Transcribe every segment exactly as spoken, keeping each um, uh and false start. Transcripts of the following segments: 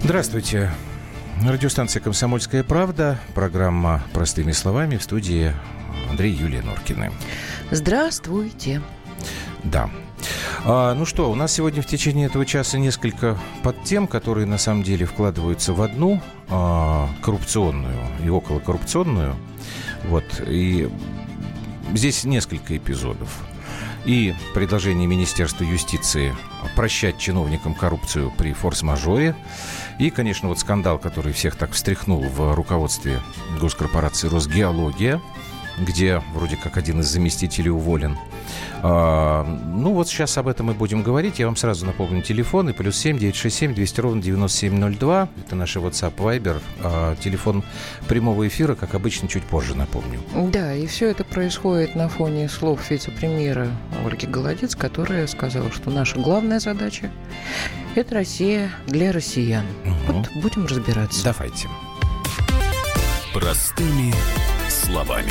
Здравствуйте. Радиостанция «Комсомольская правда». Программа «Простыми словами». В студии Андрей и Юлия Норкины. Здравствуйте. Да. А, ну что, у нас сегодня в течение этого часа несколько подтем, которые на самом деле вкладываются в одну а, коррупционную и околокоррупционную. Вот. И здесь несколько эпизодов. И предложение Министерства юстиции прощать чиновникам коррупцию при форс-мажоре. И, конечно, вот скандал, который всех так встряхнул в руководстве госкорпорации «Росгеология», где вроде как один из заместителей уволен. А, ну, вот сейчас об этом и будем говорить. Я вам сразу напомню телефоны. Плюс семь девятьсот шестьдесят семь двести ровно девяносто семь ноль два. Это наши WhatsApp, Viber. А, телефон прямого эфира, как обычно, чуть позже напомню. Да, и все это происходит на фоне слов вице-премьера Ольги Голодец, которая сказала, что наша главная задача – это Россия для россиян. Угу. Вот будем разбираться. Давайте. Простыми словами.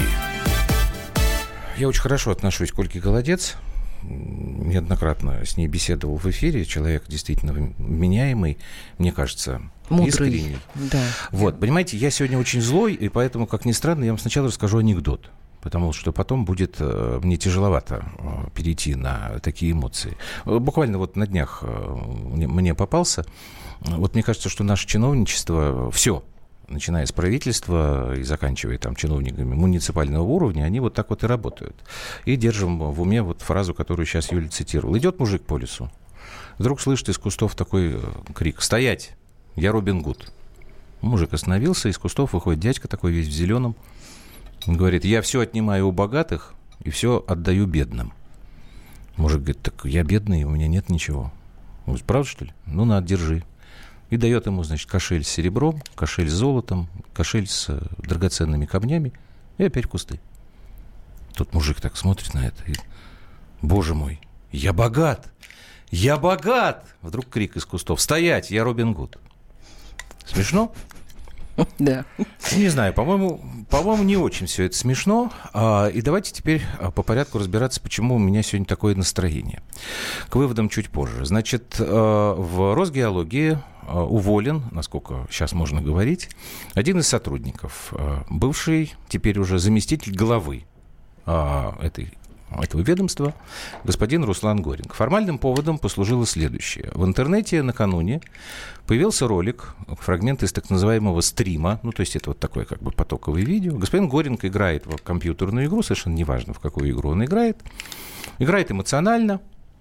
Я очень хорошо отношусь к Ольге Голодец. Неоднократно с ней беседовал в эфире. Человек действительно вменяемый, мне кажется, мудрый. Искренний. Да. Вот, понимаете, я сегодня очень злой, и поэтому, как ни странно, я вам сначала расскажу анекдот. Потому что потом будет э, мне тяжеловато э, перейти на такие эмоции. Буквально вот на днях э, мне, мне попался. Вот мне кажется, что наше чиновничество, все, начиная с правительства и заканчивая там чиновниками муниципального уровня, они вот так вот и работают. И держим в уме вот фразу, которую сейчас Юля цитировала. Идет мужик по лесу. Вдруг слышит из кустов такой крик: «Стоять! Я Робин Гуд!» Мужик остановился, из кустов выходит дядька такой весь в зеленом. Он говорит: «Я все отнимаю у богатых и все отдаю бедным». Мужик говорит: «Так я бедный, у меня нет ничего». Он говорит: «Правда, что ли? Ну, на, держи». И дает ему, значит, кошель с серебром, кошель с золотом, кошель с драгоценными камнями и опять в кусты. Тот мужик так смотрит на это и: «Боже мой, я богат! Я богат!» Вдруг крик из кустов: «Стоять! Я Робин Гуд!» Смешно? Да. Не знаю, по-моему, по-моему, не очень все это смешно. И давайте теперь по порядку разбираться, почему у меня сегодня такое настроение. К выводам чуть позже. Значит, в Росгеологии уволен, насколько сейчас можно говорить, один из сотрудников, бывший теперь уже заместитель главы этой этого ведомства, господин Руслан Горинг. Формальным поводом послужило следующее. В интернете накануне появился ролик, фрагмент из так называемого стрима, ну, то есть это вот такое как бы потоковое видео. Господин Горинг играет в компьютерную игру, совершенно неважно, в какую игру он играет. Играет эмоционально,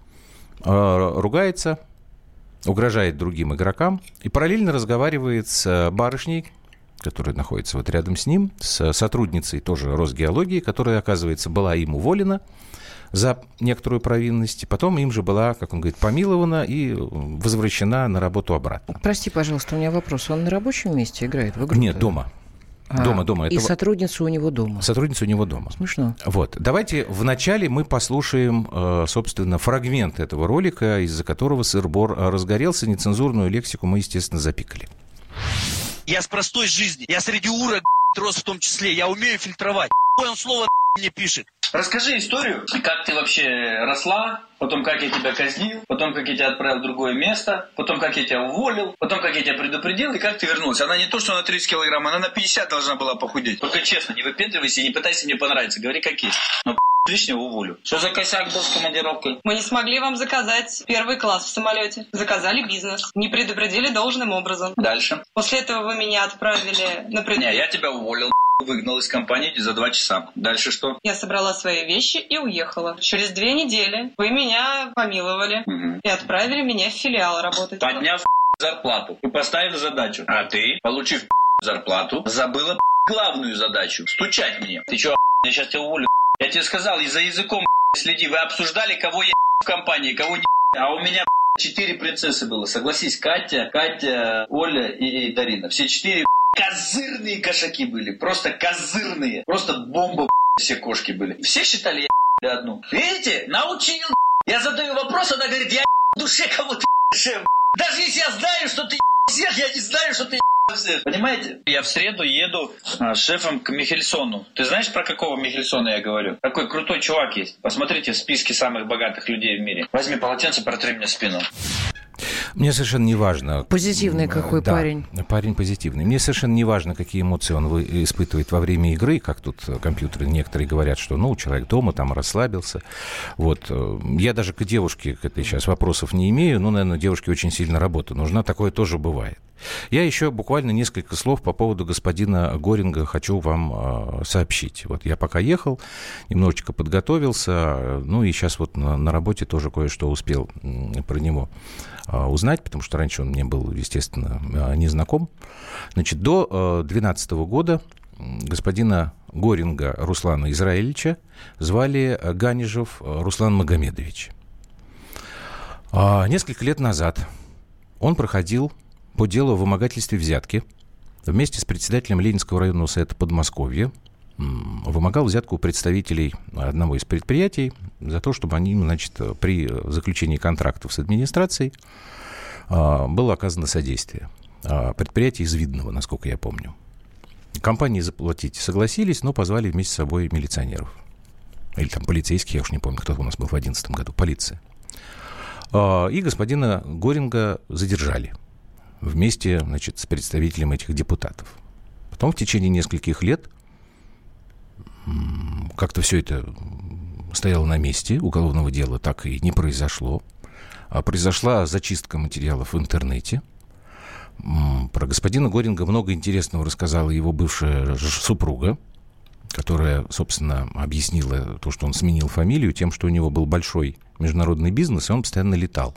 ругается, угрожает другим игрокам и параллельно разговаривает с барышней, которая находится вот рядом с ним, с сотрудницей тоже Росгеологии, которая, оказывается, была им уволена за некоторую провинность. Потом им же была, как он говорит, помилована и возвращена на работу обратно. Прости, пожалуйста, у меня вопрос. Он на рабочем месте играет в игру? Нет, дома. А, дома, дома. И Это... сотрудница у него дома? Сотрудница у него дома. Смешно. Вот. Давайте вначале мы послушаем, собственно, фрагмент этого ролика, из-за которого сыр-бор разгорелся. Нецензурную лексику мы, естественно, запикали. Я с простой жизни, я среди урок рос в том числе, я умею фильтровать. Какое он слово мне пишет? Расскажи историю, как ты вообще росла, потом как я тебя казнил, потом как я тебя отправил в другое место, потом как я тебя уволил, потом как я тебя предупредил и как ты вернулась. Она не то, что на тридцать килограмм, она на пятьдесят должна была похудеть. Только честно, не выпендривайся и не пытайся мне понравиться, говори как есть. Но лишнего уволю. Что за косяк был с командировкой? Мы не смогли вам заказать первый класс в самолете. Заказали бизнес. Не предупредили должным образом. Дальше. После этого вы меня отправили на пред... Не, я тебя уволил, выгнал из компании за два часа. Дальше что? Я собрала свои вещи и уехала. Через две недели вы меня помиловали угу. и отправили меня в филиал работать. Подняв зарплату и поставив задачу. А ты, получив зарплату, забыла главную задачу. Стучать мне. Ты что, я сейчас тебя уволю? Я тебе сказал, и за языком следи. Вы обсуждали, кого я в компании, кого не. А у меня четыре принцессы было. Согласись, Катя, Катя, Оля и, и Дарина. Все четыре козырные кошаки были. Просто козырные. Просто бомба все кошки были. Все считали я одну. Видите? Научил. Я задаю вопрос, она говорит, я в душе кого-то шеф. Даже если я знаю, что ты всех, я не знаю, что ты понимаете? Я в среду еду а, с шефом к Михельсону. Ты знаешь, про какого Михельсона я говорю? Такой крутой чувак есть. Посмотрите в списке самых богатых людей в мире. Возьми полотенце, протри мне спину. Мне совершенно не важно... Позитивный какой да, парень. Парень позитивный. Мне совершенно не важно, какие эмоции он испытывает во время игры, как тут компьютеры некоторые говорят, что, ну, человек дома там расслабился. Вот. Я даже к девушке к этой сейчас вопросов не имею, но, наверное, девушке очень сильно работа нужна. Такое тоже бывает. Я еще буквально несколько слов по поводу господина Горинга хочу вам э, сообщить. Вот я пока ехал, немножечко подготовился, ну и сейчас вот на, на работе тоже кое-что успел э, про него э, узнать, потому что раньше он мне был, естественно, э, не знаком. Значит, до две тысячи двенадцатого года господина Горинга Руслана Израилевича звали Ганижев Руслан Магомедович. А несколько лет назад он проходил по делу о вымогательстве взятки вместе с председателем Ленинского районного совета Подмосковья. Вымогал взятку у представителей одного из предприятий за то, чтобы они, значит, при заключении контрактов с администрацией было оказано содействие. Предприятие из Видного, насколько я помню. Компании заплатить согласились, но позвали вместе с собой милиционеров. Или там полицейских, я уж не помню, кто у нас был в две тысячи одиннадцатом году, полиция. И господина Горинга задержали вместе, значит, с представителем этих депутатов. Потом в течение нескольких лет как-то все это стояло на месте, уголовного дела так и не произошло. А произошла зачистка материалов в интернете. Про господина Горинга много интересного рассказала его бывшая супруга, которая, собственно, объяснила то, что он сменил фамилию тем, что у него был большой международный бизнес, и он постоянно летал.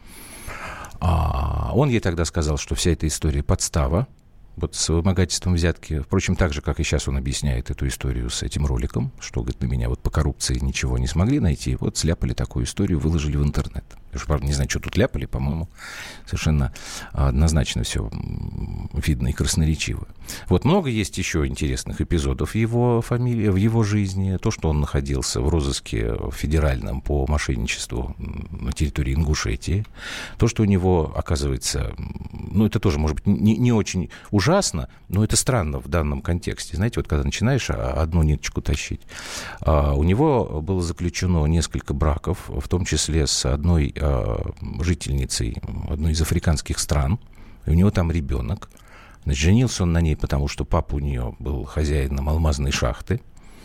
А он ей тогда сказал, что вся эта история подстава, вот с вымогательством взятки. Впрочем, так же, как и сейчас он объясняет эту историю с этим роликом, что, говорит, на меня вот по коррупции ничего не смогли найти, вот сляпали такую историю, выложили в интернет. Я же, правда, не знаю, что тут ляпали, по-моему, совершенно однозначно все видно и красноречиво. Вот много есть еще интересных эпизодов в его фамилии, в его жизни. То, что он находился в розыске федеральном по мошенничеству на территории Ингушетии. То, что у него, оказывается, ну, это тоже, может быть, не, не очень ужасно, но это странно в данном контексте. Знаете, вот когда начинаешь одну ниточку тащить. А, у него было заключено несколько браков, в том числе с одной а, жительницей одной из африканских стран. И у него там ребенок. Значит, женился он на ней, потому что папа у нее был хозяином алмазной шахты.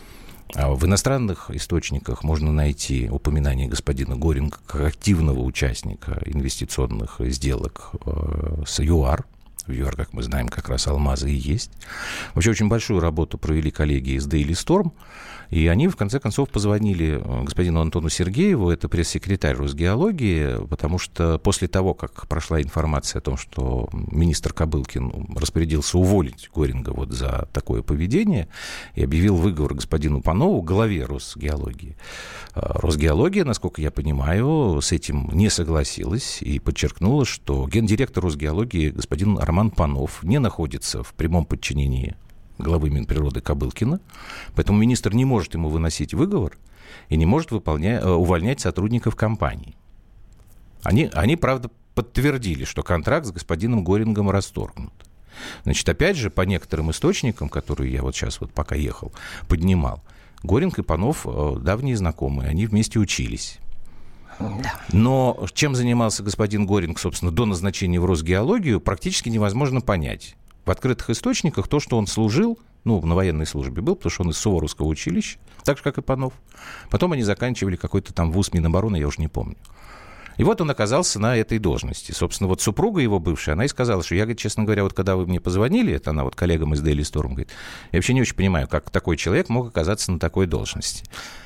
А в иностранных источниках можно найти упоминание господина Горинга как активного участника инвестиционных сделок э, с ЮАР. В ЮАР, как мы знаем, как раз алмазы и есть. Вообще очень большую работу провели коллеги из Daily Storm. И они, в конце концов, позвонили господину Антону Сергееву, это пресс-секретарь Росгеологии, потому что после того, как прошла информация о том, что министр Кобылкин распорядился уволить Горинга вот за такое поведение и объявил выговор господину Панову, главе Росгеологии, Росгеология, насколько я понимаю, с этим не согласилась и подчеркнула, что гендиректор Росгеологии господин Роман Панов не находится в прямом подчинении главы Минприроды Кобылкина, поэтому министр не может ему выносить выговор и не может выполнять, увольнять сотрудников компании. Они, они, правда, подтвердили, что контракт с господином Горингом расторгнут. Значит, опять же, по некоторым источникам, которые я вот сейчас вот пока ехал, поднимал, Горинг и Панов давние знакомые, они вместе учились. Да. Но чем занимался господин Горинг, собственно, до назначения в Росгеологию, практически невозможно понять. В открытых источниках то, что он служил, ну, на военной службе был, потому что он из Суворовского училища, так же, как и Панов. Потом они заканчивали какой-то там вуз Минобороны, я уже не помню. И вот он оказался на этой должности. Собственно, вот супруга его бывшая, она и сказала, что я, говорит, честно говоря, вот когда вы мне позвонили, это она вот коллегам из Daily Storm говорит, я вообще не очень понимаю, как такой человек мог оказаться на такой должности.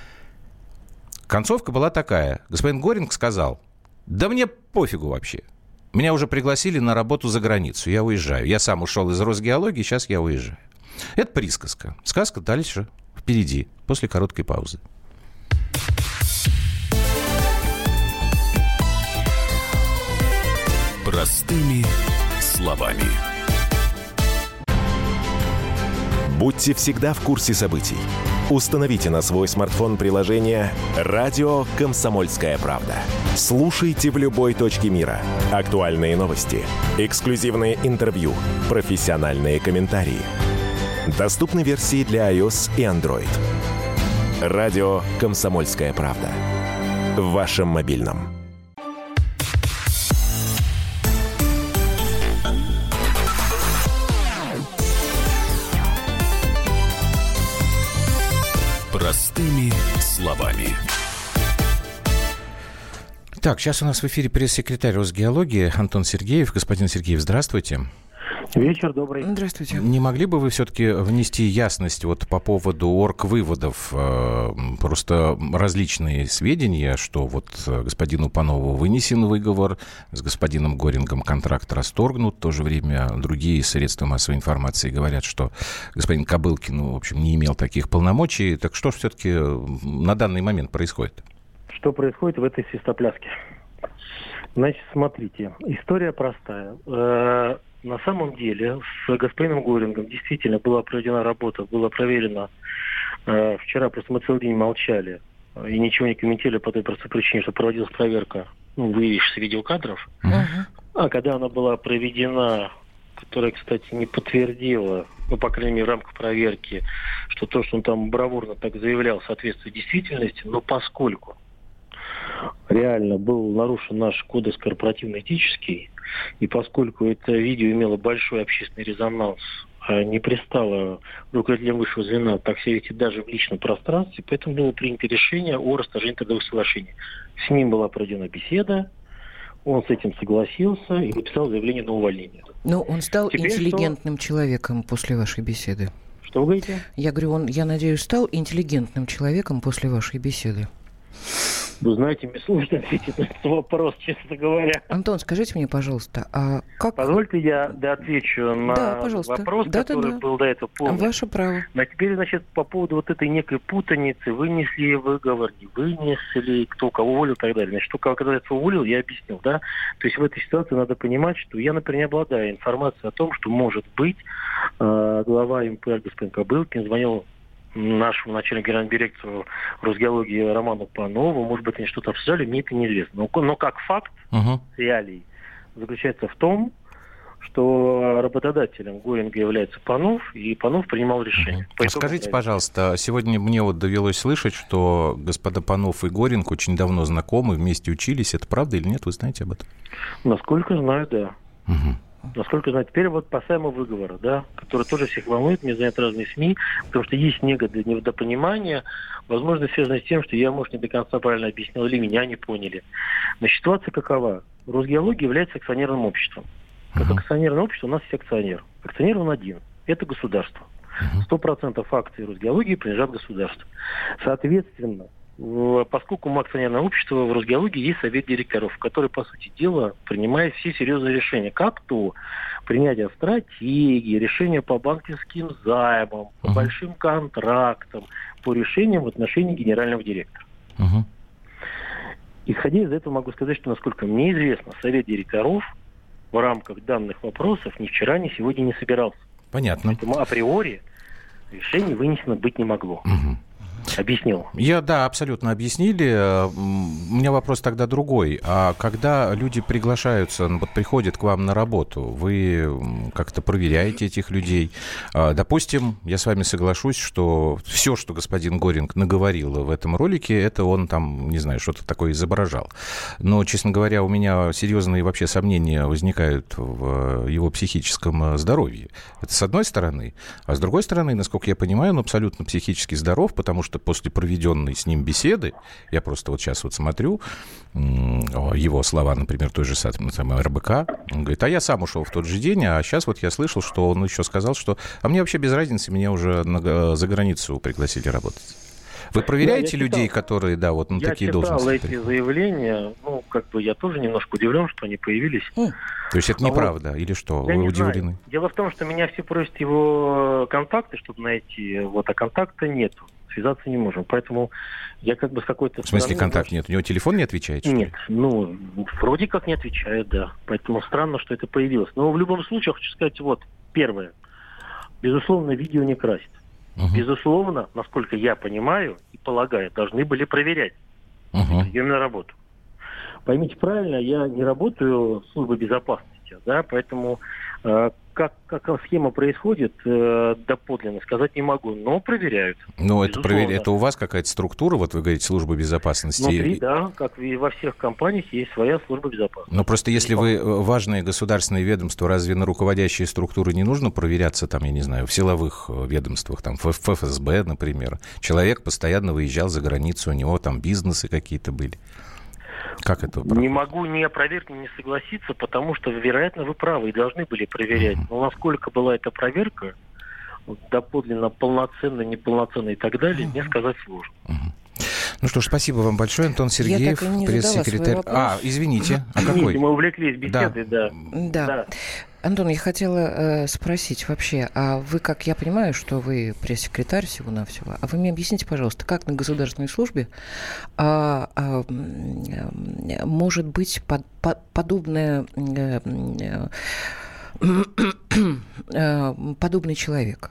Концовка была такая. Господин Горинг сказал, да мне пофигу вообще. Меня уже пригласили на работу за границу. Я уезжаю. Я сам ушел из Росгеологии, сейчас я уезжаю. Это присказка. Сказка дальше впереди, после короткой паузы. Простыми словами. Будьте всегда в курсе событий. Установите на свой смартфон приложение «Радио Комсомольская правда». Слушайте в любой точке мира. Актуальные новости, эксклюзивные интервью, профессиональные комментарии. Доступны версии для iOS и Android. «Радио Комсомольская правда». В вашем мобильном. Простыми словами. Так, сейчас у нас в эфире пресс-секретарь Росгеологии Антон Сергеев. Господин Сергеев, здравствуйте. Вечер добрый. Здравствуйте. Не могли бы вы все-таки внести ясность вот по поводу оргвыводов? Просто различные сведения, что вот господину Панову вынесен выговор, с господином Горингом контракт расторгнут. В то же время другие средства массовой информации говорят, что господин Кобылкин, ну, в общем, не имел таких полномочий. Так что же все-таки на данный момент происходит? Что происходит в этой свистопляске? Значит, смотрите, история простая. На самом деле с господином Горингом действительно была проведена работа, было проверено. Э, вчера просто мы целый день молчали и ничего не комментировали по той простой причине, что проводилась проверка, ну, выявившихся видеокадров. Uh-huh. А когда она была проведена, которая, кстати, не подтвердила, ну, по крайней мере, в рамках проверки, что то, что он там бравурно так заявлял, соответствует действительности, но поскольку реально был нарушен наш кодекс корпоративно-этический, и поскольку это видео имело большой общественный резонанс, не пристало руководителям высшего звена так себя вести даже в личном пространстве, поэтому было принято решение о расторжении трудовых соглашений. С ним была проведена беседа, он с этим согласился и написал заявление на увольнение. Но он стал Теперь интеллигентным что? человеком после вашей беседы. Что вы говорите? Я говорю, он, я надеюсь, стал интеллигентным человеком после вашей беседы. Вы знаете, мне сложно ответить на этот вопрос, честно говоря. Антон, скажите мне, пожалуйста, а как... Позвольте я да, отвечу на да, вопрос, да, который да, да. был до этого полный. Ваше право. А теперь, значит, по поводу вот этой некой путаницы, вынесли выговор, не вынесли, кто кого уволил и так далее. Значит, кто кого когда-то уволил, я объяснил, да? То есть в этой ситуации надо понимать, что я, например, не обладаю информацией о том, что, может быть, э, глава эм пэ эр господин Кобылкин звонил нашему начальнику генеральному директору Росгеологии Роману Панову, может быть, они что-то обсуждали, мне это неизвестно. Но, но как факт, uh-huh. реалий, заключается в том, что работодателем Горинга является Панов, и Панов принимал решение. Uh-huh. Скажите, пожалуйста, сегодня мне вот довелось слышать, что господа Панов и Горинг очень давно знакомы, вместе учились. Это правда или нет? Вы знаете об этом? Насколько знаю, да. Uh-huh. Насколько знаю, теперь вот по самому выговору, да, который тоже всех волнует, мне знают разные СМИ, потому что есть некое недопонимание, возможно, связано с тем, что я, может, не до конца правильно объяснил, или меня не поняли. Но ситуация какова? Росгеология является акционерным обществом. Как uh-huh. акционерное общество у нас есть акционер. Акционер он один. Это государство. Сто процентов акций Росгеологии принадлежат государству. Соответственно, поскольку мы акционерное общество, в Росгеологии есть совет директоров, который, по сути дела, принимает все серьезные решения. Как то принятие стратегии, решения по банковским займам, по uh-huh. большим контрактам, по решениям в отношении генерального директора. Uh-huh. Исходя из этого могу сказать, что, насколько мне известно, совет директоров в рамках данных вопросов ни вчера, ни сегодня не собирался. Понятно. Поэтому априори решений вынесено быть не могло. Uh-huh. Объяснил. Я, да, абсолютно объяснили. У меня вопрос тогда другой. А когда люди приглашаются, вот приходят к вам на работу, вы как-то проверяете этих людей? Допустим, я с вами соглашусь, что все, что господин Горинг наговорил в этом ролике, это он там, не знаю, что-то такое изображал. Но, честно говоря, у меня серьезные вообще сомнения возникают в его психическом здоровье. Это с одной стороны. А с другой стороны, насколько я понимаю, он абсолютно психически здоров, потому что после проведенной с ним беседы, я просто вот сейчас вот смотрю его слова, например, той же самой эр бэ ка, он говорит, а я сам ушел в тот же день, а сейчас вот я слышал, что он еще сказал, что а мне вообще без разницы, меня уже на, за границу пригласили работать. Вы проверяете да, людей, которые, да, вот на я такие должности? Я читал эти заявления, ну, как бы я тоже немножко удивлен, что они появились. Mm. То есть это неправда, вот. Или что? Я Вы удивлены? Знаю. Дело в том, что меня все просят его контакты, чтобы найти, вот, а контакта нету. Связаться не можем. Поэтому я как бы с какой-то... В смысле контакт нет? У него телефон не отвечает? Что нет. ли? Ну, вроде как не отвечает, да. Поэтому странно, что это появилось. Но в любом случае, хочу сказать, вот, первое. Безусловно, видео не красит. Угу. Безусловно, насколько я понимаю и полагаю, должны были проверять угу. приемную работу. Поймите правильно, я не работаю в службе безопасности, да, поэтому э, как, как схема происходит, э, доподлинно сказать не могу, но проверяют. Ну, это, провер... это у вас какая-то структура, вот вы говорите, служба безопасности? Внутри, да, как и во всех компаниях есть своя служба безопасности. Но просто если вы важное государственное ведомство, разве на руководящие структуры не нужно проверяться, там, я не знаю, в силовых ведомствах, там, в эф эс бэ, например? Человек постоянно выезжал за границу, у него там бизнесы какие-то были. Как это проходит? Не могу ни опровергнуть, ни согласиться, потому что, вероятно, вы правы и должны были проверять. Mm-hmm. Но насколько была эта проверка, доподлинно полноценная, неполноценная и так далее, mm-hmm. мне сказать сложно. Mm-hmm. Ну что ж, спасибо вам большое, Антон Сергеев, пресс-секретарь. А, извините, а какой? Мы увлеклись беседой, да. Да. да. Антон, я хотела э, спросить вообще, а вы, как я понимаю, что вы пресс-секретарь всего-навсего, а вы мне объясните, пожалуйста, как на государственной службе а, а, а, может быть под, под, подобное, а, а, подобный человек?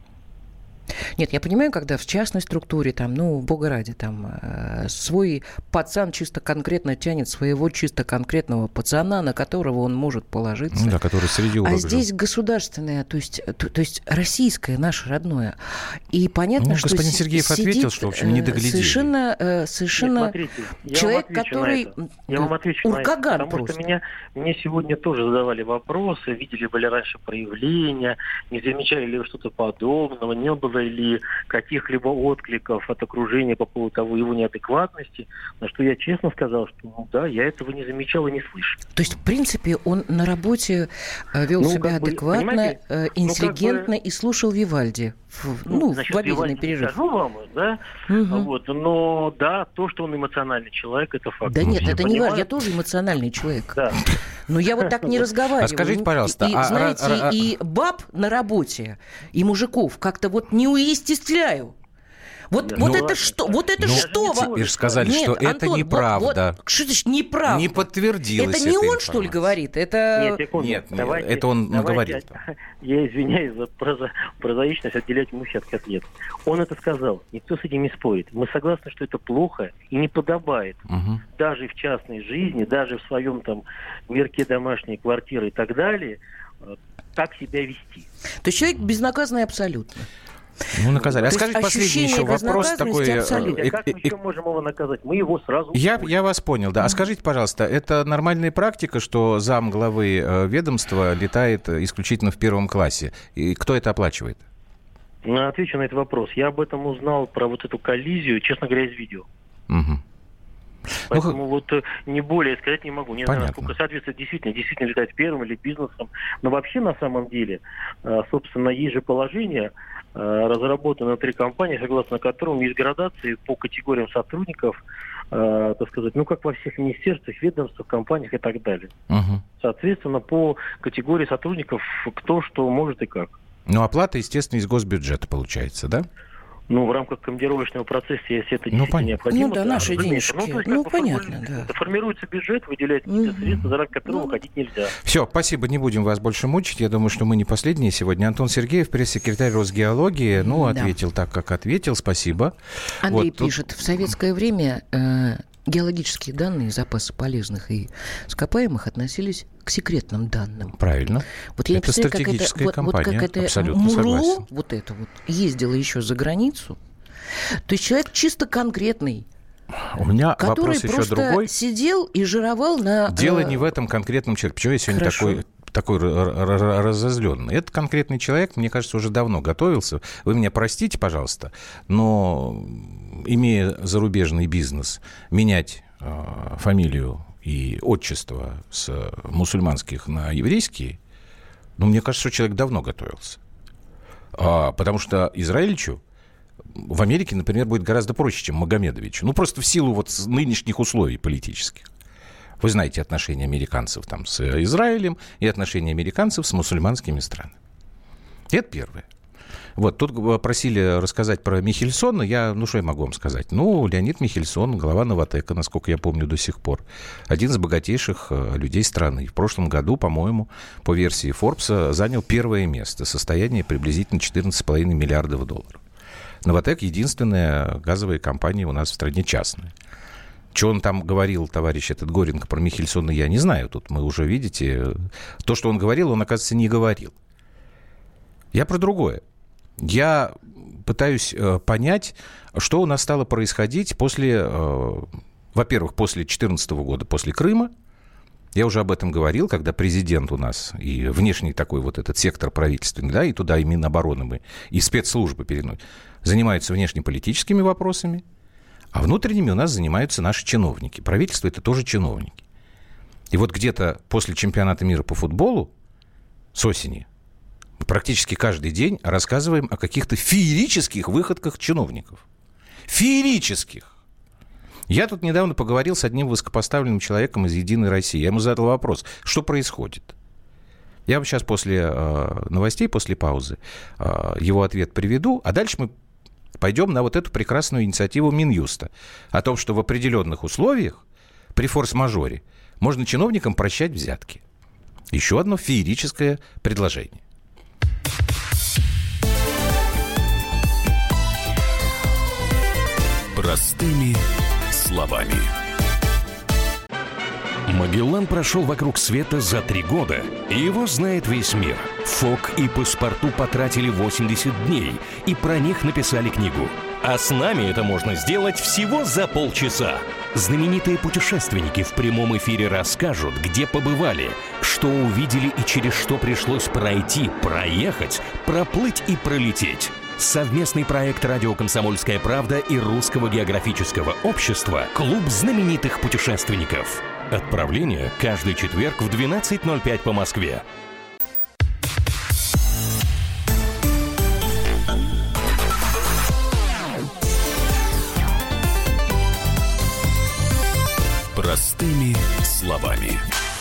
Нет, я понимаю, когда в частной структуре, там, ну, бога ради, там, э, свой пацан чисто конкретно тянет своего чисто конкретного пацана, на которого он может положиться. Да, который среди урок. А здесь государственное, то есть, то, то есть российское, наше родное. И понятно, ну, что господин Сергеев сидит, ответил, что, в общем, не доглядели. Совершенно, совершенно Нет, смотрите, человек, который я вам отвечу уркаган на это, потому просто. Что меня, мне сегодня тоже задавали вопросы, видели были раньше проявления, не замечали ли вы что-то подобного, не было или каких-либо откликов от окружения по поводу того его неадекватности, на что я честно сказал, что ну да, я этого не замечал и не слышал. То есть, в принципе, он на работе вел ну, себя адекватно, бы, интеллигентно ну, как бы... и слушал Вивальди. В, ну, ну, в обеденный перерыв. Скажу вам, да? Угу. Вот, но да, то, что он эмоциональный человек, это факт. Да нет, я это понимаю. Не важно, я тоже эмоциональный человек. Да. Но я вот так не разговариваю. А скажите, пожалуйста. И, а, знаете, а, а, и баб на работе, и мужиков как-то вот не уестествляю. Вот, да, вот ну, это ладно. Что? Вот это ну, что? Теперь сказали, нет, что Антон, это неправда. Вот, вот, что значит неправда? Не подтвердилось. Это не он, информация. Что ли, говорит? Это... Нет, нет, давайте, это он наговорил. Я извиняюсь за проза... прозаичность, отделять мухи от котлет. Он это сказал. Никто с этим не спорит. Мы согласны, что это плохо и не подобает. Угу. Даже в частной жизни, даже в своем там мирке домашней квартиры и так далее, так себя вести. То есть человек безнаказанный абсолютно. Ну, наказали. А скажите последний еще вопрос такой. А как мы еще можем его наказать? Мы его сразу... Я, я вас понял, да. А скажите, пожалуйста, это нормальная практика, что зам главы ведомства летает исключительно в первом классе? И кто это оплачивает? Ну, отвечу на этот вопрос. Я об этом узнал, про вот эту коллизию, честно говоря, из видео. Угу. Поэтому ну, вот не более сказать не могу. Не понятно. знаю, насколько соответствует действительно, действительно летать первым или бизнесом. Но вообще, на самом деле, собственно, есть же положение, разработано внутри компании, согласно которому есть градации по категориям сотрудников, так сказать, ну, как во всех министерствах, ведомствах, компаниях и так далее. Угу. Соответственно, по категории сотрудников кто что может и как. Ну, оплата, естественно, из госбюджета получается, да? Ну, в рамках командировочного процесса, если это ну, действительно необходимо... Ну, да, наши денежки. Ну, есть, ну понятно, да. Формируется бюджет, выделяется какие-то mm-hmm. средства, за рамки которого ну, выходить нельзя. Все, спасибо, не будем вас больше мучить. Я думаю, что мы не последние сегодня. Антон Сергеев, пресс-секретарь Росгеологии, ну, ответил да. так, как ответил. Спасибо. Андрей вот, пишет, тут... в советское время... Э- геологические данные, запасы полезных и ископаемых относились к секретным данным. Правильно. Вот я это не стратегическая как это, компания. Вот, вот как это абсолютно мурло, согласен. вот это вот, ездило еще за границу. То есть человек чисто конкретный. У меня который вопрос еще просто другой. Сидел и жировал на... Дело э... не в этом конкретном человеке. Почему я сегодня Хорошо. такой... такой разозленный. Этот конкретный человек, мне кажется, уже давно готовился. Вы меня простите, пожалуйста, но имея зарубежный бизнес, менять э, фамилию и отчество с мусульманских на еврейские, ну, мне кажется, что человек давно готовился. А, потому что Израильчу в Америке, например, будет гораздо проще, чем Магомедовичу. Ну, просто в силу вот нынешних условий политических. Вы знаете отношения американцев там с Израилем и отношения американцев с мусульманскими странами. Это первое. Вот, тут просили рассказать про Михельсона. Я, ну, что я могу вам сказать? Ну, Леонид Михельсон, глава Новатэка, насколько я помню до сих пор. Один из богатейших людей страны. В прошлом году, по-моему, по версии Форбса, занял первое место. Состояние приблизительно четырнадцать целых пять десятых миллиардов долларов. Новатэк — единственная газовая компания у нас в стране частная. Что он там говорил, товарищ этот Горенко, про Михельсона, я не знаю. Тут мы уже, видите, то, что он говорил, он, оказывается, не говорил. Я про другое. Я пытаюсь э, понять, что у нас стало происходить после, э, во-первых, после две тысячи четырнадцатого года, после Крыма. Я уже об этом говорил, когда президент у нас и внешний такой вот этот сектор правительственный, да, и туда и Минобороны мы, и спецслужбы переносят, занимаются внешнеполитическими вопросами, а внутренними у нас занимаются наши чиновники. Правительство – это тоже чиновники. И вот где-то после чемпионата мира по футболу с осени практически каждый день рассказываем о каких-то феерических выходках чиновников. Феерических. Я тут недавно поговорил с одним высокопоставленным человеком из «Единой России». Я ему задал вопрос, что происходит. Я вам сейчас после э, новостей, после паузы, э, его ответ приведу, а дальше мы пойдем на вот эту прекрасную инициативу Минюста о том, что в определенных условиях при форс-мажоре можно чиновникам прощать взятки. Еще одно феерическое предложение. Простыми словами. Магеллан прошел вокруг света за три года, и его знает весь мир. Фок и Паспарту потратили восемьдесят дней, и про них написали книгу. А с нами это можно сделать всего за полчаса. Знаменитые путешественники в прямом эфире расскажут, где побывали, что увидели и через что пришлось пройти, проехать, проплыть и пролететь. Совместный проект «Радио Комсомольская правда» и Русского географического общества «Клуб знаменитых путешественников». Отправление каждый четверг в двенадцать ноль пять по Москве. Простыми словами.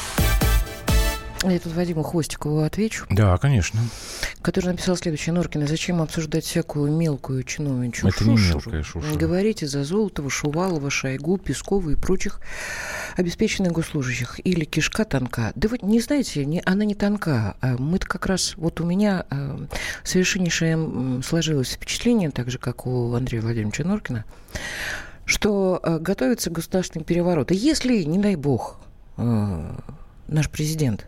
Я тут Вадиму Хвостикову отвечу. Да, конечно. Который написал следующее. Норкина, зачем обсуждать всякую мелкую чиновничью Это шушу? не мелкая шуша. Говорите за Золотова, Шувалова, Шойгу, Пескова и прочих обеспеченных госслужащих. Или кишка тонка. Да вы не знаете, не, она не тонка. Мы-то как раз... Вот у меня э, совершеннейшее сложилось впечатление, так же, как у Андрея Владимировича Норкина, что э, готовится государственный переворот. И если, не дай бог, э, наш президент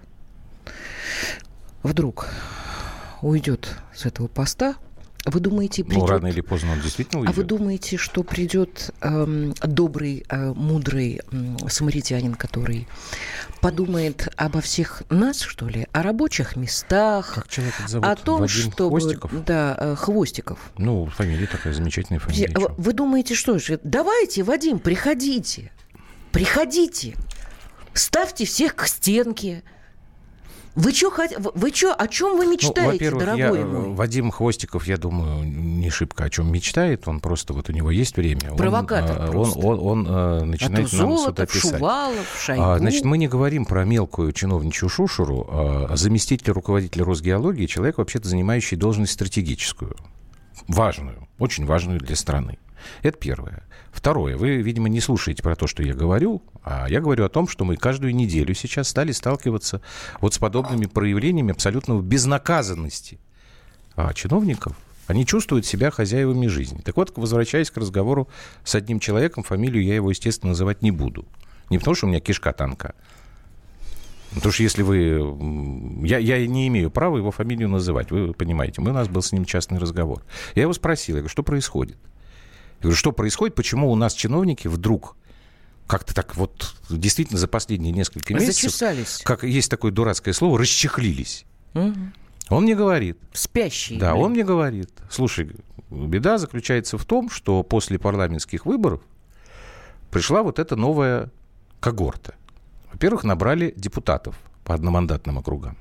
вдруг уйдет с этого поста, вы думаете, придет... Ну, рано или поздно он действительно уйдет. А вы думаете, что придет эм, добрый, э, мудрый э, самаритянин, который подумает обо всех нас, что ли, о рабочих местах, как человек это зовут? о том, Вадим чтобы... Хвостиков? Да, э, Хвостиков. Ну, фамилия такая замечательная фамилия. Вы, вы думаете, что же? Давайте, Вадим, приходите. Приходите. Ставьте всех к стенке. Вы что, вы что, о чем вы мечтаете, ну, во-первых, дорогой я, мой? Вадим Хвостиков, я думаю, не шибко о чем мечтает. Он просто, вот у него есть время. Провокатор он, просто. Он, он, он, он начинает а нам Золотов, что-то писать. Шувалов, Шойгу. А, значит, мы не говорим про мелкую чиновничью шушуру. А заместитель руководителя Росгеологии, человек, вообще-то занимающий должность стратегическую. Важную, очень важную для страны. Это первое. Второе. Вы, видимо, не слушаете про то, что я говорю, а я говорю о том, что мы каждую неделю сейчас стали сталкиваться вот с подобными проявлениями абсолютной безнаказанности а чиновников. Они чувствуют себя хозяевами жизни. Так вот, возвращаясь к разговору с одним человеком, фамилию я его, естественно, называть не буду. Не потому, что у меня кишка тонка. Потому что если вы... Я, я не имею права его фамилию называть, вы понимаете. Мы, у нас был с ним частный разговор. Я его спросил, я говорю, что происходит? Я говорю, что происходит, почему у нас чиновники вдруг как-то так вот действительно за последние несколько месяцев... Зачесались. Как есть такое дурацкое слово, расчехлились. Угу. Он мне говорит... Спящий. Да, блин. он мне говорит, слушай, беда заключается в том, что после парламентских выборов пришла вот эта новая когорта. Во-первых, набрали депутатов по одномандатным округам.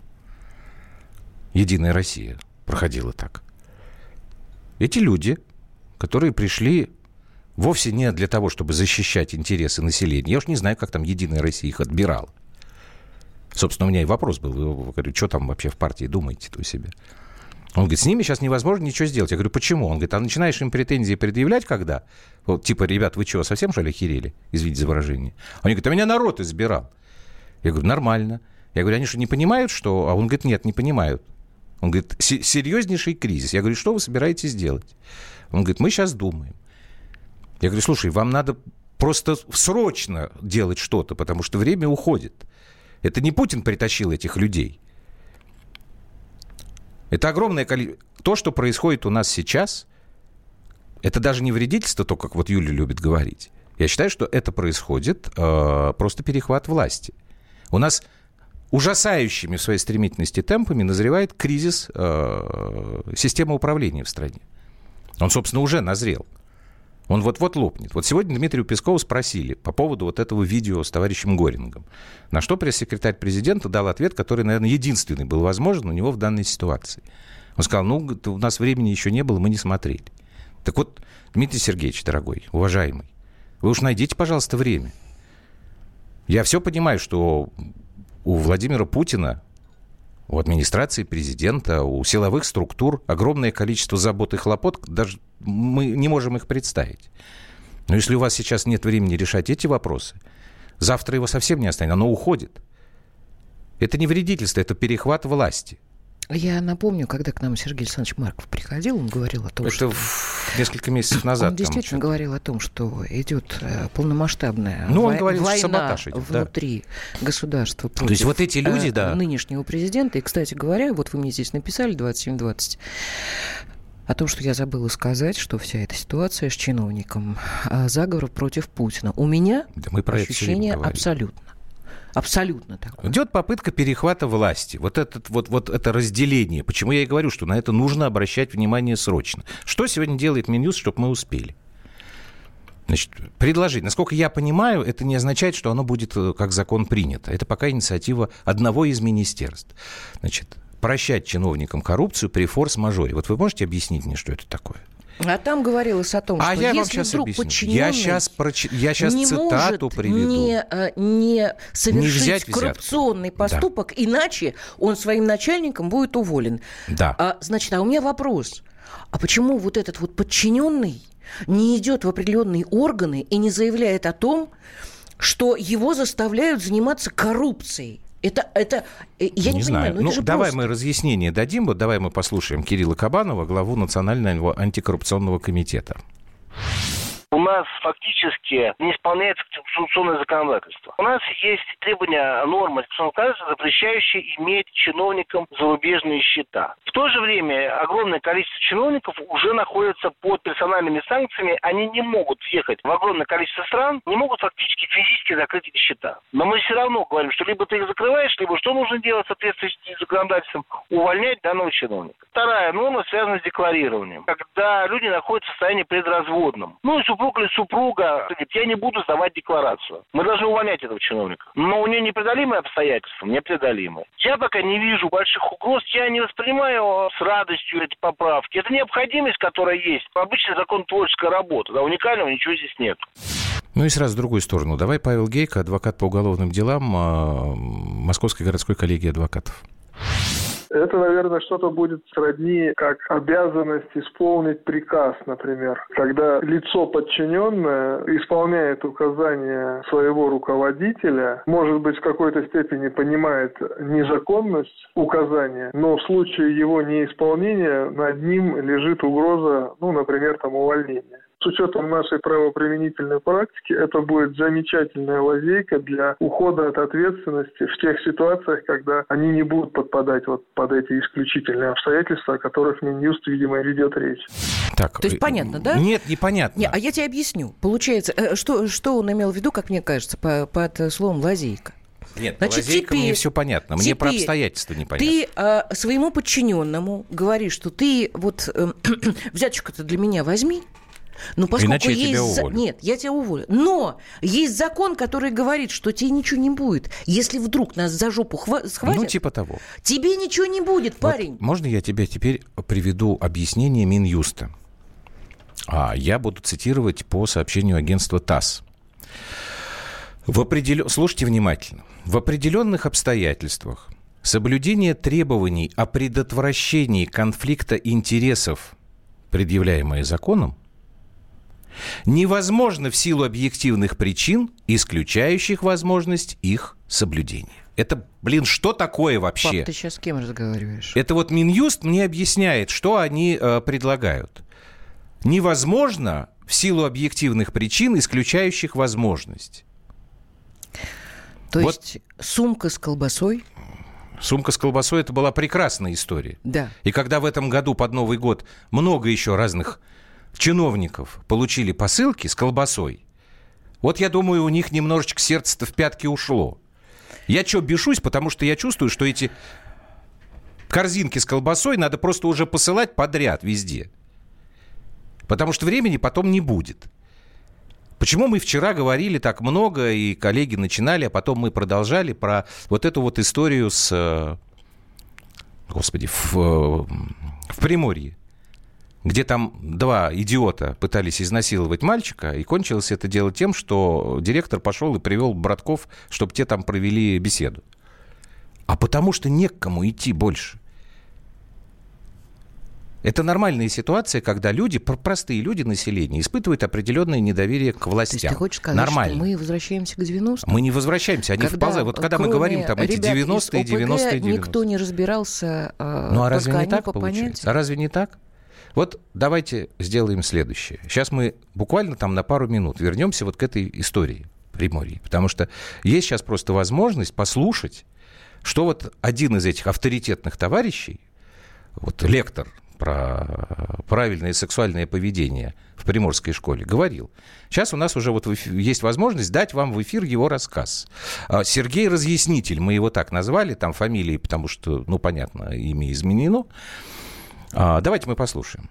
«Единая Россия» проходила так. Эти люди... которые пришли вовсе не для того, чтобы защищать интересы населения. Я уж не знаю, как там «Единая Россия» их отбирала. Собственно, у меня и вопрос был. Я говорю, что там вообще в партии думаете-то у себя? Он говорит, с ними сейчас невозможно ничего сделать. Я говорю, почему? Он говорит, а начинаешь им претензии предъявлять когда? Вот, типа, ребят, вы что, совсем, что ли, охерели? Извините за выражение. Они говорят, а меня народ избирал. Я говорю, нормально. Я говорю, они что, не понимают, что... А он говорит, нет, не понимают. Он говорит, серьезнейший кризис. Я говорю, что вы собираетесь делать? Он говорит, мы сейчас думаем. Я говорю, слушай, вам надо просто срочно делать что-то, потому что время уходит. Это не Путин притащил этих людей. Это огромное количество. То, что происходит у нас сейчас, это даже не вредительство, то, как вот Юля любит говорить. Я считаю, что это происходит э, просто перехват власти. У нас ужасающими в своей стремительности темпами назревает кризис э, системы управления в стране. Он, собственно, уже назрел. Он вот-вот лопнет. Вот сегодня Дмитрию Пескову спросили по поводу вот этого видео с товарищем Горингом. На что пресс-секретарь президента дал ответ, который, наверное, единственный был возможен у него в данной ситуации. Он сказал, ну, у нас времени еще не было, мы не смотрели. Так вот, Дмитрий Сергеевич, дорогой, уважаемый, вы уж найдите, пожалуйста, время. Я все понимаю, что у Владимира Путина, у администрации президента, у силовых структур огромное количество забот и хлопот, даже мы не можем их представить. Но если у вас сейчас нет времени решать эти вопросы, завтра его совсем не останется, оно уходит. Это не вредительство, это перехват власти. Я напомню, когда к нам Сергей Александрович Марков приходил, он говорил о том, это что... несколько месяцев назад. Он действительно говорил о том, что идет полномасштабная ну, он вой... говорил, война саботаж идет, внутри да. государства против То есть вот эти люди, да. нынешнего президента. И, кстати говоря, вот вы мне здесь написали двадцать семь двадцать о том, что я забыла сказать, что вся эта ситуация с чиновником заговор против Путина. У меня да мы про ощущение абсолютно. Абсолютно такое. Идет попытка перехвата власти. Вот, этот, вот, вот это разделение. Почему я и говорю, что на это нужно обращать внимание срочно. Что сегодня делает Минюст, чтобы мы успели? Значит, предложить. Насколько я понимаю, это не означает, что оно будет как закон принято. Это пока инициатива одного из министерств. Значит, прощать чиновникам коррупцию при форс-мажоре. Вот вы можете объяснить мне, что это такое? А там говорилось о том, а что я если вам вдруг объясню. подчиненный я сейчас, проч... я сейчас не цитату может приведу. Не, не совершить не коррупционный поступок, да. Иначе он своим начальником будет уволен. Да. А, значит, а у меня вопрос. А почему вот этот вот подчиненный не идет в определенные органы и не заявляет о том, что его заставляют заниматься коррупцией? Это, это, я не, не понимаю, знаю. Ну, ну, это же давай просто... мы разъяснение дадим. Вот давай мы послушаем Кирилла Кабанова, главу Национального антикоррупционного комитета. У нас фактически не исполняется конституционное законодательство. У нас есть требования, нормы конституционного законодательства, запрещающие иметь чиновникам зарубежные счета. В то же время огромное количество чиновников уже находятся под персональными санкциями. Они не могут въехать в огромное количество стран, не могут фактически физически закрыть эти счета. Но мы все равно говорим, что либо ты их закрываешь, либо что нужно делать в соответствии с законодательством? Увольнять данного чиновника. Вторая норма связана с декларированием. Когда люди находятся в состоянии предразводном. Ну и супруг или супруга говорит, я не буду сдавать декларацию. Мы должны увольнять этого чиновника. Но у нее непреодолимые обстоятельства, непреодолимые. Я пока не вижу больших угроз, я не воспринимаю с радостью эти поправки. Это необходимость, которая есть. Обычный закон творческая работа. Да, уникального ничего здесь нет. Ну и сразу в другую сторону. Давай Павел Гейко, адвокат по уголовным делам Московской городской коллегии адвокатов. Это, наверное, что-то будет сродни как обязанность исполнить приказ, например. Когда лицо подчиненное исполняет указания своего руководителя, может быть, в какой-то степени понимает незаконность указания, но в случае его неисполнения над ним лежит угроза, ну, например, там, увольнения. С учетом нашей правоприменительной практики, это будет замечательная лазейка для ухода от ответственности в тех ситуациях, когда они не будут подпадать вот под эти исключительные обстоятельства, о которых Минюст, видимо, ведет речь. Так, то есть понятно, да? Нет, непонятно. Не, а я тебе объясню. Получается, что, что он имел в виду, как мне кажется, по, под словом «лазейка»? Нет, значит, лазейка мне все понятно. Мне про обстоятельства непонятно. Ты э, своему подчиненному говоришь, что ты вот э, взяточку-то для меня возьми. Ну, поскольку иначе я есть... тебя уволю. Нет, я тебя уволю. Но есть закон, который говорит, что тебе ничего не будет. Если вдруг нас за жопу хва- схватят... Ну, типа того. Тебе ничего не будет, парень. Вот можно я тебе теперь приведу объяснение Минюста? А я буду цитировать по сообщению агентства ТАСС. В определен... Слушайте внимательно. В определенных обстоятельствах соблюдение требований о предотвращении конфликта интересов, предъявляемое законом, невозможно в силу объективных причин, исключающих возможность их соблюдения. Это, блин, что такое вообще? Пап, ты сейчас с кем разговариваешь? Это вот Минюст мне объясняет, что они э, предлагают. Невозможно в силу объективных причин, исключающих возможность. То вот. есть сумка с колбасой Сумка с колбасой – это была прекрасная история. Да. И когда в этом году под Новый год много еще разных чиновников получили посылки с колбасой, вот я думаю, у них немножечко сердце-то в пятки ушло. Я что, бешусь, потому что я чувствую, что эти корзинки с колбасой надо просто уже посылать подряд везде. Потому что времени потом не будет. Почему мы вчера говорили так много, и коллеги начинали, а потом мы продолжали про вот эту вот историю с, господи, в, в Приморье, где там два идиота пытались изнасиловать мальчика, и кончилось это дело тем, что директор пошел и привел братков, чтобы те там провели беседу. А потому что не к кому идти больше. Это нормальная ситуация, когда люди, простые люди населения, испытывают определенное недоверие к властям. То есть ты хочешь сказать, Нормально. Что мы возвращаемся к девяностым? Мы не возвращаемся, они когда, вползают. Вот когда мы говорим там эти девяностые, девяностые, девяностые. Никто не разбирался, ну, а разве не так по получается? понятию? А разве не так? Вот давайте сделаем следующее. Сейчас мы буквально там на пару минут вернемся вот к этой истории Приморья. Потому что есть сейчас просто возможность послушать, что вот один из этих авторитетных товарищей, вот лектор про правильное сексуальное поведение в приморской школе говорил. Сейчас у нас уже вот есть возможность дать вам в эфир его рассказ. Сергей Разъяснитель, мы его так назвали, там фамилии, потому что, ну, понятно, имя изменено. Давайте мы послушаем.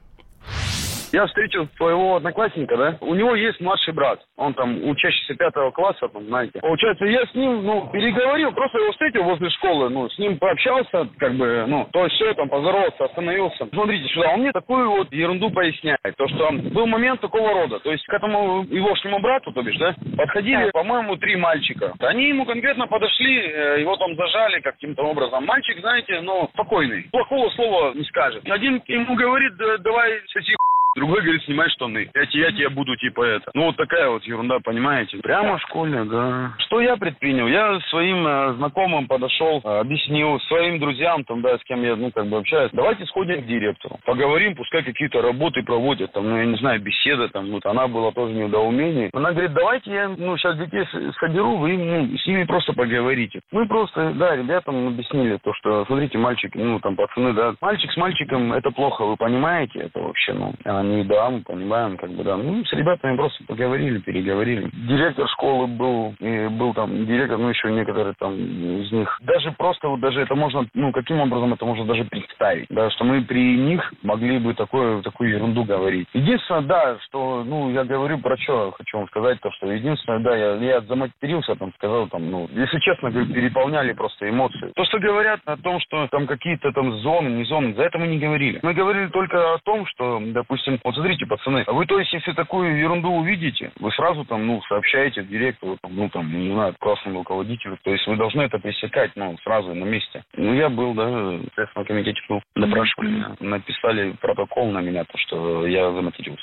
Я встретил своего одноклассника, да, у него есть младший брат, он там учащийся пятого класса, там, знаете. Получается, я с ним, ну, переговорил, просто его встретил возле школы, ну, с ним пообщался, как бы, ну, то есть все, там, поздоровался, остановился. Смотрите сюда, он мне такую вот ерунду поясняет, то, что был момент такого рода, то есть к этому егошнему брату, то бишь, да, подходили, по-моему, три мальчика. Они ему конкретно подошли, его там зажали каким-то образом. Мальчик, знаете, ну, спокойный, плохого слова не скажет. Один ему говорит, да, давай, соси. Другой говорит, снимай штаны. Я, я тебе буду типа это. Ну, вот такая вот ерунда, понимаете? Прямо в школе, да. Что я предпринял? Я своим э, знакомым подошел, э, объяснил, своим друзьям, там, да, с кем я, ну, как бы общаюсь. Давайте сходим к директору. Поговорим, пускай какие-то работы проводят, там, ну, я не знаю, беседы, там, вот она была тоже в недоумении. Она говорит, давайте я, ну, сейчас детей соберу, вы, ну, с ними просто поговорите. Мы просто, да, ребятам объяснили то, что, смотрите, мальчики, ну, там, пацаны, да, мальчик с мальчиком, это плохо, вы понимаете, это вообще, ну, не да, мы понимаем, как бы, да. Ну, с ребятами просто поговорили, переговорили. Директор школы был, и был там директор, ну, еще некоторые там из них. Даже просто, вот даже это можно, ну, каким образом это можно даже представить, да, что мы при них могли бы такое, такую ерунду говорить. Единственное, да, что, ну, я говорю про что, хочу вам сказать, то, что единственное, да, я, я заматерился, там, сказал, там, ну, если честно, говорю, переполняли просто эмоции. То, что говорят о том, что там какие-то там зоны, не зоны, за это мы не говорили. Мы говорили только о том, что, допустим, вот смотрите, пацаны, вы, то есть, если такую ерунду увидите, вы сразу там, ну, сообщаете директору, там, ну, там, не знаю, классному руководителю, то есть вы должны это пресекать, ну, сразу на месте. Ну, я был, да, в Следственном комитете был, допрашивали меня, написали протокол на меня, то, что я заматерился.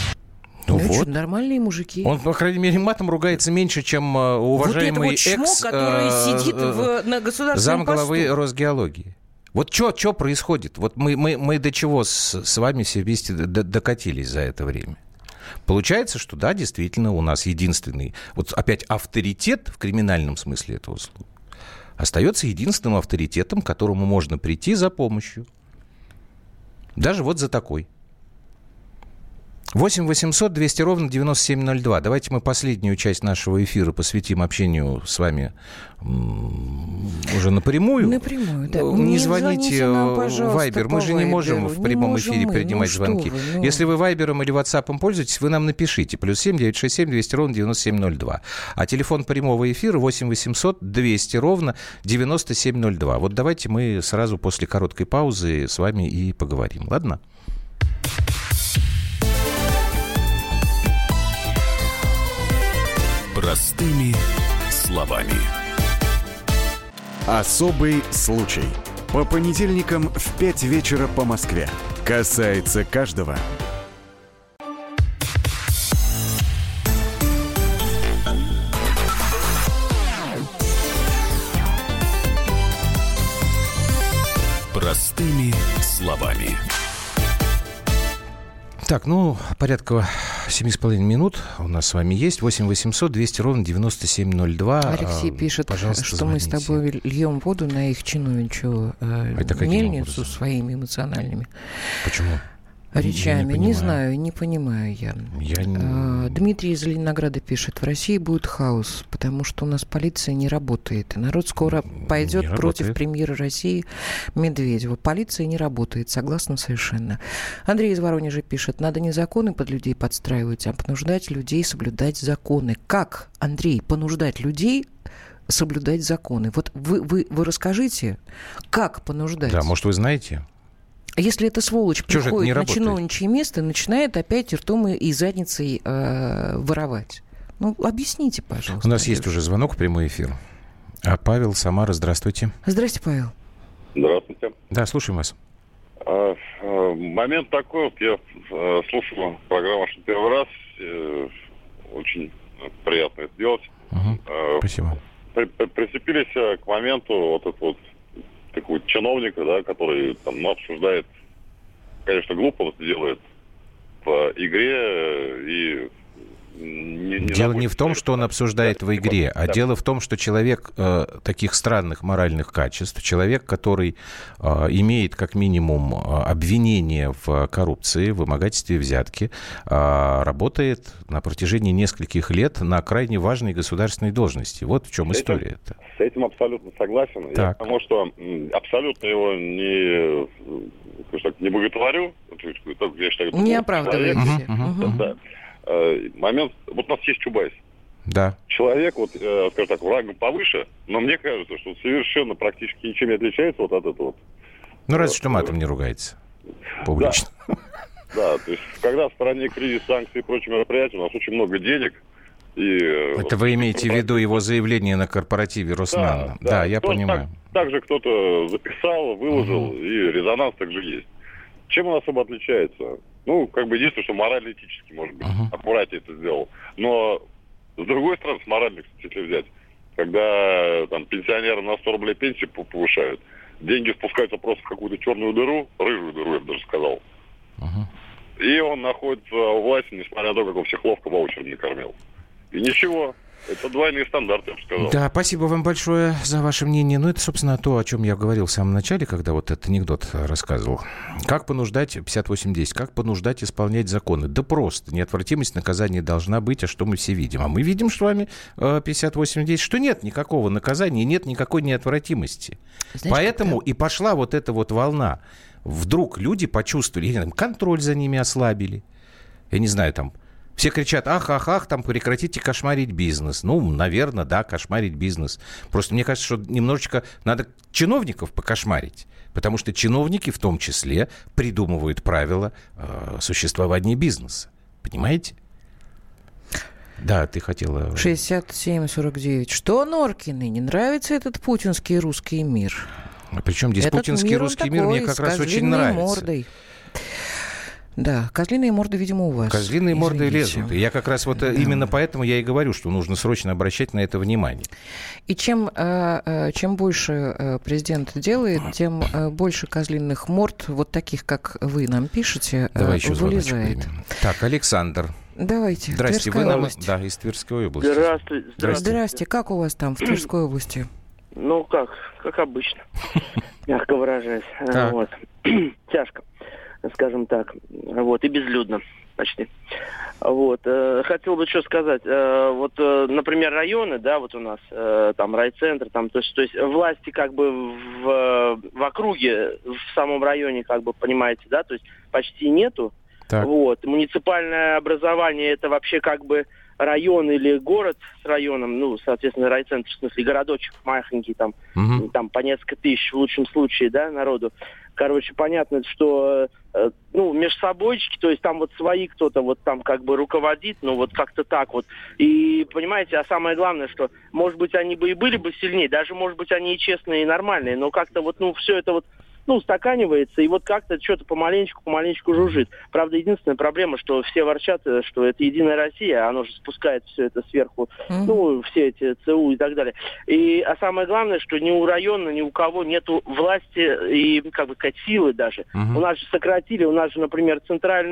Ну, ну вот. Что, нормальные мужики. Он, по крайней мере, матом ругается меньше, чем uh, уважаемый вот это вот экс... чмо, который uh, сидит в, на государственном замглавы посту. Росгеологии. Вот что происходит? Вот мы, мы, мы до чего с, с вами все вместе д- докатились за это время? Получается, что да, действительно, у нас единственный, вот опять авторитет в криминальном смысле этого слова, остается единственным авторитетом, к которому можно прийти за помощью. Даже вот за такой. восемь восемьсот двести ровно девяносто семь ноль два. Давайте мы последнюю часть нашего эфира посвятим общению с вами уже напрямую. Напрямую, да. Не, не звоните в Вайбер. Мы же не можем в прямом эфире мы. принимать ну, звонки. Вы, ну... Если вы Вайбером или Ватсапом пользуетесь, вы нам напишите. Плюс семь девятьсот шестьдесят семь двести ровно девяносто семь ноль два. А телефон прямого эфира восемь восемьсот двести ровно девяносто семь ноль два. Вот давайте мы сразу после короткой паузы с вами и поговорим. Ладно? Простыми словами. Особый случай. По понедельникам в пять вечера по Москве. Касается каждого. Простыми словами. Так, ну, порядка семь с половиной минут у нас с вами есть. восемь восемьсот двести ровно девяносто семь ноль два. Алексей пишет, пожалуйста, что звоните. мы с тобой льем воду на их чиновничью э, мельницу своими эмоциональными Почему? речами. Не, не знаю, не понимаю я. я не... а, Дмитрий из Ленинграда пишет, в России будет хаос, потому что у нас полиция не работает. И народ скоро пойдет не против работает. премьера России Медведева. Полиция не работает, согласна совершенно. Андрей из Воронежа пишет, надо не законы под людей подстраивать, а понуждать людей соблюдать законы. Как, Андрей, понуждать людей соблюдать законы? Вот вы, вы, вы расскажите, как понуждать? Да, может, вы знаете? Если эта сволочь Чё приходит на чиновничье место и начинает опять ртом и, и задницей э, воровать. Ну, объясните, пожалуйста. У нас есть уже звонок в прямой эфир. А Павел, Самара, здравствуйте. Здрасте, Павел. Здравствуйте. Да, слушаем вас. А, а, момент такой, вот я а, слушал программу «Что первый раз». Э, очень приятно это делать. Угу. А, Спасибо. При, при, прицепились к моменту вот этого вот такого чиновника, да, который там, ну, обсуждает, конечно, глупо это делает в игре и не, не дело не в том, что он обсуждает в игре, а да. дело в том, что человек э, таких странных моральных качеств, человек, который э, имеет как минимум обвинение в коррупции, в вымогательстве взятки, э, работает на протяжении нескольких лет на крайне важной государственной должности. Вот в чем история-то. С этим абсолютно согласен. Так. Я потому что абсолютно его не, так, не боготворю. Я считаю, не оправдываете. Угу, угу. Да. Момент, вот у нас есть Чубайс. Да. Человек, вот, э, скажем так, врагом повыше, но мне кажется, что совершенно практически ничем не отличается вот от этого вот. Ну, разве что матом не ругается публично. Да. да, то есть, когда в стране кризис, санкции и прочие мероприятия, у нас очень много денег. И, это вы имеете в виду его заявление на корпоративе Роснана? Да, да, да я кто понимаю. Так, также кто-то записал, выложил, угу. и резонанс также есть. Чем он особо отличается? Ну, как бы единственное, что морально-этически, может быть, uh-huh. аккуратнее это сделал. Но, с другой стороны, с моральных, если взять, когда там пенсионерам на сто рублей пенсии повышают, деньги спускаются просто в какую-то черную дыру, рыжую дыру, я бы даже сказал. Uh-huh. И он находится у власти, несмотря на то, как он всех ловко ваучером накормил. И ничего. Это двойные стандарты, я бы сказал. Да, спасибо вам большое за ваше мнение. Ну, это, собственно, то, о чем я говорил в самом начале, когда вот этот анекдот рассказывал. Как понуждать, пятьдесят восемь десять, как понуждать исполнять законы? Да просто. Неотвратимость наказания должна быть, а что мы все видим? А мы видим с вами пятьдесят восемь десять, что нет никакого наказания, нет никакой неотвратимости. Знаете, поэтому как... и пошла вот эта вот волна. Вдруг люди почувствовали, там, контроль за ними ослабили. Я не знаю, там... Все кричат, ах, ах, ах, там прекратите кошмарить бизнес. Ну, наверное, да, кошмарить бизнес. Просто мне кажется, что немножечко надо чиновников покошмарить. Потому что чиновники в том числе придумывают правила э, существования бизнеса. Понимаете? Да, ты хотела... шестьдесят семь сорок девять. Что Норкины? Не нравится этот путинский русский мир? А причем здесь этот путинский мир, русский такой, мир мне как раз очень нравится. Мордой. Да, козлиные морды, видимо, у вас. Козлиные Извините. морды лезут. И я как раз вот да. именно поэтому я и говорю, что нужно срочно обращать на это внимание. И чем, чем больше президент делает, тем больше козлиных морд, вот таких, как вы нам пишете, Давай еще вылезает. Так, Александр. Давайте. Здрасте, Тверская вы нам... область. Да, из Тверской области. Здравствуйте. Здравствуйте. Здрасте. Как у вас там в Тверской области? Ну, как? Как обычно. Мягко выражаясь. Вот. Тяжко. Скажем так, вот, и безлюдно почти. Вот, э, хотел бы что сказать, э, вот, э, например, районы, да, вот у нас, э, там, райцентр, там, то есть, то есть власти как бы в, в округе, в самом районе, как бы, понимаете, да, то есть почти нету. Так. Вот, муниципальное образование это вообще как бы район или город с районом, ну, соответственно, райцентр, в смысле, городочек маленький, там, угу. там по несколько тысяч в лучшем случае, да, народу. Короче, понятно, что, э, ну, межсобойчики, то есть там вот свои кто-то вот там как бы руководит, ну, вот как-то так вот. И, понимаете, а самое главное, что, может быть, они бы и были бы сильнее, даже, может быть, они и честные, и нормальные, но как-то вот, ну, все это вот, ну, устаканивается, и вот как-то что-то помаленечку, помаленечку жужжит. Правда, единственная проблема, что все ворчат, что это Единая Россия, оно же спускает все это сверху, mm-hmm. ну, все эти ЦУ и так далее. И, а самое главное, что ни у района, ни у кого нету власти и, как бы сказать, силы даже. Mm-hmm. У нас же сократили, у нас же, например, центральные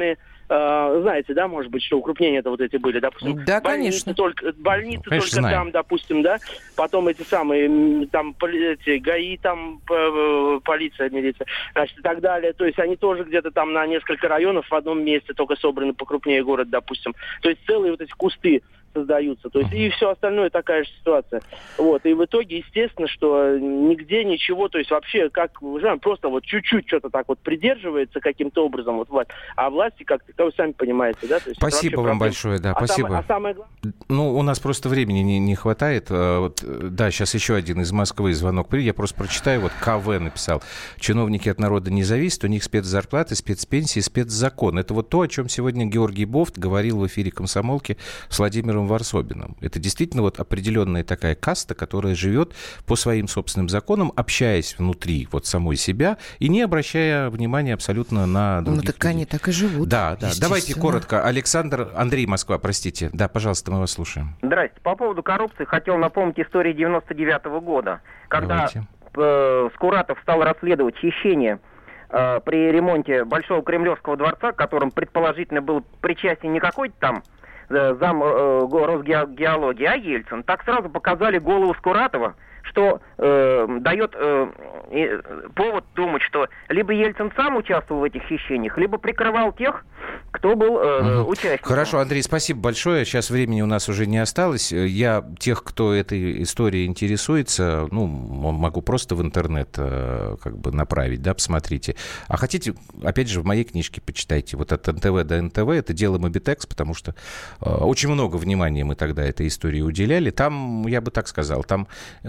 э, знаете, да, может быть, что укрупнения-то вот эти были, допустим. Да, больницы конечно. Только, больницы Конечно, только знаю. там, допустим, да, потом эти самые, м, там, поли- эти, ГАИ, там, п- полиция, милиция, значит, и так далее. То есть они тоже где-то там на несколько районов в одном месте только собраны покрупнее город, допустим. То есть целые вот эти кусты создаются. То есть, и все остальное такая же ситуация. Вот. И в итоге, естественно, что нигде ничего, то есть вообще, как просто вот чуть-чуть что-то так вот придерживается каким-то образом, вот, власть, а власти, как, как вы сами понимаете, да? То есть Спасибо вам проблема. большое, да, а спасибо. Самое, а самое главное... Ну, у нас просто времени не, не хватает. А, вот, да, сейчас еще один из Москвы звонок. Я просто прочитаю. Вот КВ написал. Чиновники от народа не зависят, у них спецзарплаты, спецпенсии, спецзакон. Это вот то, о чем сегодня Георгий Бофт говорил в эфире «Комсомолки» с Владимиром Варсобиным. Это действительно вот определенная такая каста, которая живет по своим собственным законам, общаясь внутри вот самой себя и не обращая внимания абсолютно на других Ну, так людей. они так и живут. Да, да. Давайте коротко. Александр, Андрей, Москва, простите. Да, пожалуйста, мы вас слушаем. Здрасте. По поводу коррупции хотел напомнить историю девяносто девятого года, когда э, Скуратов стал расследовать хищение э, при ремонте Большого Кремлевского дворца, к которому предположительно был причастен не какой-то там э, зам э, Росгеологии, а Ельцин. Так сразу показали голову Скуратова, что э, дает э, э, повод думать, что либо Ельцин сам участвовал в этих хищениях, либо прикрывал тех, кто был э, угу. участником. Хорошо, Андрей, спасибо большое. Сейчас времени у нас уже не осталось. Я тех, кто этой историей интересуется, ну, могу просто в интернет э, как бы направить, да, посмотрите. А хотите, опять же, в моей книжке почитайте. Вот от эн тэ вэ до эн тэ вэ это дело Мобитекс, потому что э, очень много внимания мы тогда этой истории уделяли. Там, я бы так сказал, там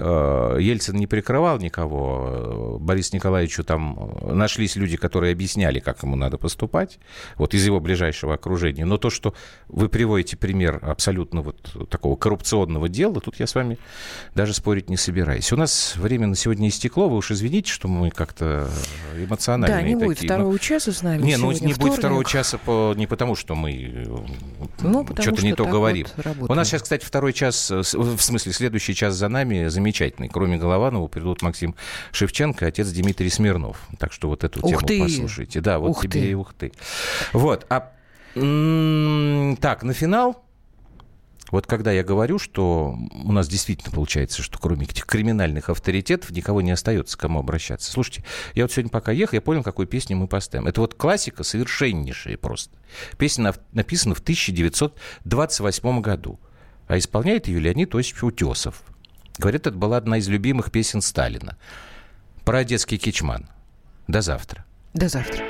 э, Ельцин не прикрывал никого. Борису Николаевичу там нашлись люди, которые объясняли, как ему надо поступать. Вот из его ближайшего окружения. Но то, что вы приводите пример абсолютно вот такого коррупционного дела, тут я с вами даже спорить не собираюсь. У нас время на сегодня истекло. Вы уж извините, что мы как-то эмоциональные Да, не такие. будет второго но... часа с нами. Не, ну не вторник. будет второго часа по... не потому, что мы ну, что-то что не то говорим. Вот У нас сейчас, кстати, второй час, в смысле, следующий час за нами замечательный. Кроме Голованова придут Максим Шевченко и отец Дмитрий Смирнов. Так что вот эту ух тему ты. послушайте. Да, вот ух тебе ты. и ух ты. Вот. А м- так, на финал. Вот когда я говорю, что у нас действительно получается, что кроме этих криминальных авторитетов никого не остается, к кому обращаться. Слушайте, я вот сегодня пока ехал, я понял, какую песню мы поставим. Это вот классика совершеннейшая просто. Песня написана в тысяча девятьсот двадцать восьмом году, а исполняет ее Леонид Осипович Утесов. Говорят, это была одна из любимых песен Сталина. Про одесский кичман. До завтра. До завтра.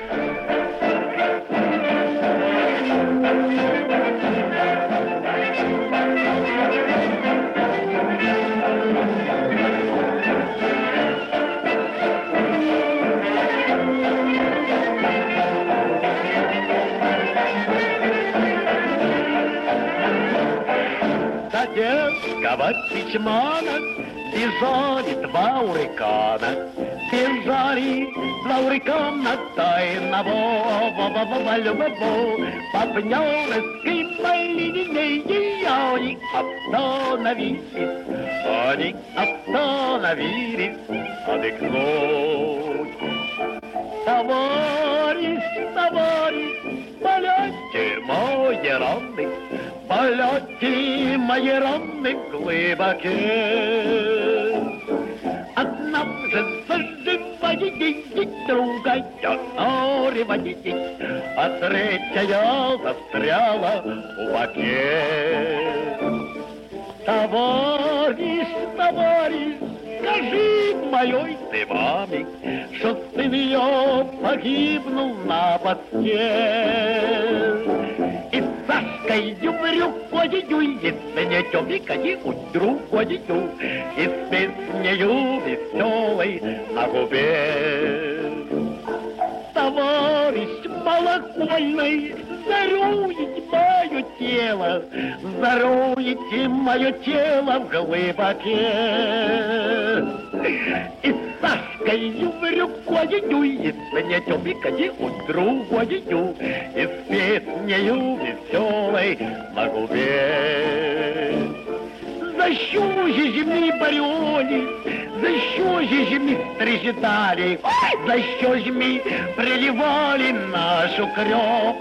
Одесского кичмана бежали два урикана. Бежали два урикана тайного любого. Партнерской моей линии они остановились. Они остановились отдохнуть. Товарищ, товарищ, полете мои раны, полете мои раны глубоке. Одна же заживаете, другая нориваете, а третья застряла в боке. Товарищ, товарищ, скажи моей ты маме, что сын ее погибнул на постель. И с Сашкой брюкою, если не темикой, у другою, и с песнею веселой на губе. Товарищ малокольный, заруете мое тело, заруете мое тело в глубоке. И с Сашкой брюкою, если не темикой, у другою, и с песнею веселой на губе. За щужи земли боролись, За що ж ми страждали, за що ж ми приливали нашу кров?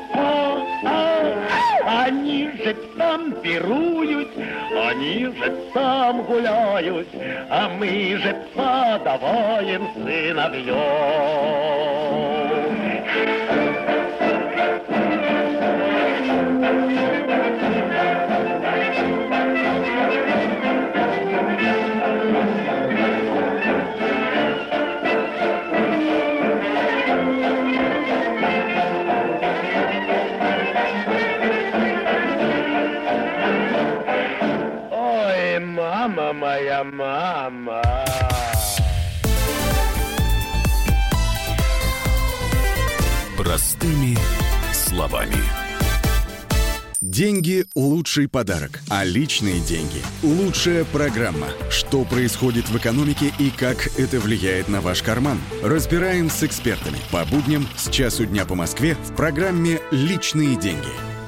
Они же там пируют, они же там гуляют, а мы же подаваем сыновьев. Мама моя, мама. Простыми словами. Деньги – лучший подарок, а личные деньги – лучшая программа. Что происходит в экономике и как это влияет на ваш карман? Разбираем с экспертами по будням с часу дня по Москве в программе «Личные деньги».